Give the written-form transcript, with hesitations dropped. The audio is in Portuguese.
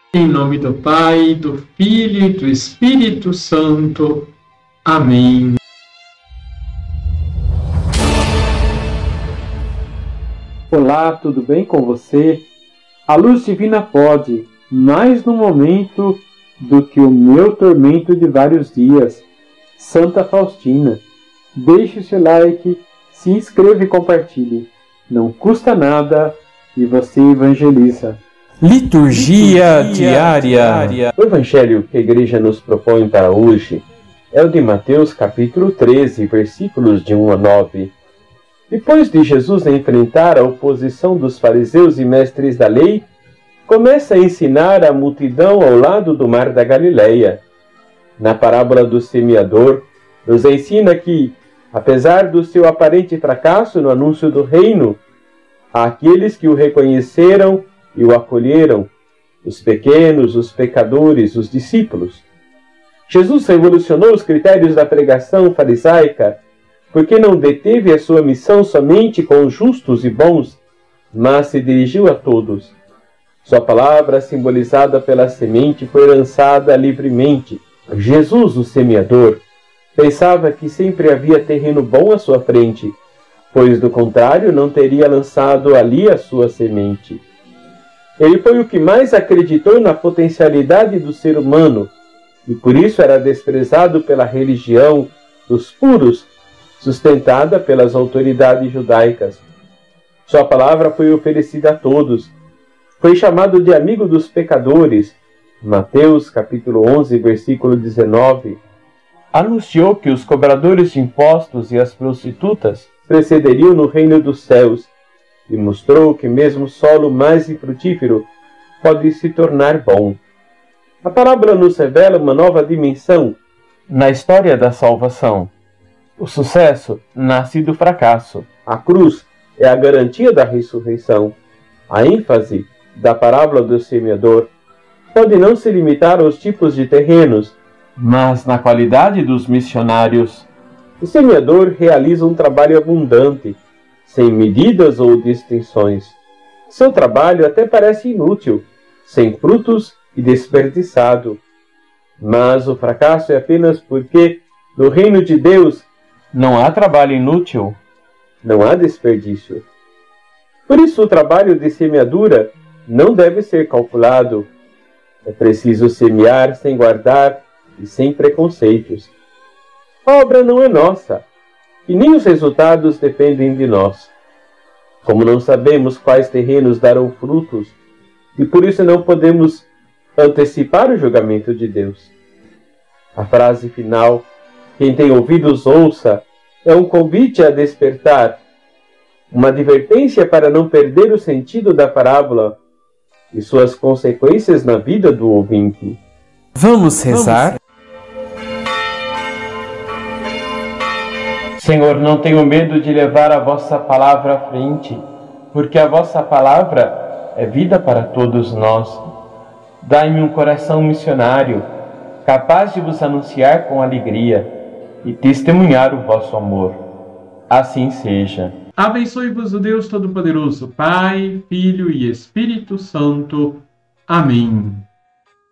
Em nome do Pai, do Filho e do Espírito Santo. Amém. Olá, tudo bem com você? A luz divina pode, mais no momento do que o meu tormento de vários dias. Santa Faustina. Deixe o seu like, se inscreva e compartilhe. Não custa nada e você evangeliza. Liturgia diária. O evangelho que a igreja nos propõe para hoje é o de Mateus capítulo 13, versículos de 1 a 9. Depois de Jesus enfrentar a oposição dos fariseus e mestres da lei, começa a ensinar a multidão ao lado do mar da Galileia. Na parábola do semeador, nos ensina que, apesar do seu aparente fracasso no anúncio do reino, há aqueles que o reconheceram e o acolheram, os pequenos, os pecadores, os discípulos. Jesus revolucionou os critérios da pregação farisaica, porque não deteve a sua missão somente com os justos e bons, mas se dirigiu a todos. Sua palavra, simbolizada pela semente, foi lançada livremente. Jesus, o semeador, pensava que sempre havia terreno bom à sua frente, pois do contrário não teria lançado ali a sua semente. Ele foi o que mais acreditou na potencialidade do ser humano, e por isso era desprezado pela religião dos puros, sustentada pelas autoridades judaicas. Sua palavra foi oferecida a todos. Foi chamado de amigo dos pecadores. Mateus capítulo 11, versículo 19. Anunciou que os cobradores de impostos e as prostitutas precederiam no reino dos céus, e mostrou que mesmo o solo mais infrutífero pode se tornar bom. A parábola nos revela uma nova dimensão na história da salvação. O sucesso nasce do fracasso. A cruz é a garantia da ressurreição. A ênfase da parábola do semeador pode não se limitar aos tipos de terrenos, mas na qualidade dos missionários. O semeador realiza um trabalho abundante, sem medidas ou distinções. Seu trabalho até parece inútil, sem frutos e desperdiçado. Mas o fracasso é apenas porque, no reino de Deus, não há trabalho inútil, não há desperdício. Por isso, o trabalho de semeadura não deve ser calculado. É preciso semear sem guardar e sem preconceitos. A obra não é nossa, e nem os resultados dependem de nós. Como não sabemos quais terrenos darão frutos, e por isso não podemos antecipar o julgamento de Deus. A frase final, quem tem ouvidos ouça, é um convite a despertar, uma advertência para não perder o sentido da parábola e suas consequências na vida do ouvinte. Vamos rezar? Senhor, não tenho medo de levar a vossa palavra à frente, porque a vossa palavra é vida para todos nós. Dai-me um coração missionário, capaz de vos anunciar com alegria e testemunhar o vosso amor. Assim seja. Abençoe-vos o Deus Todo-Poderoso, Pai, Filho e Espírito Santo. Amém.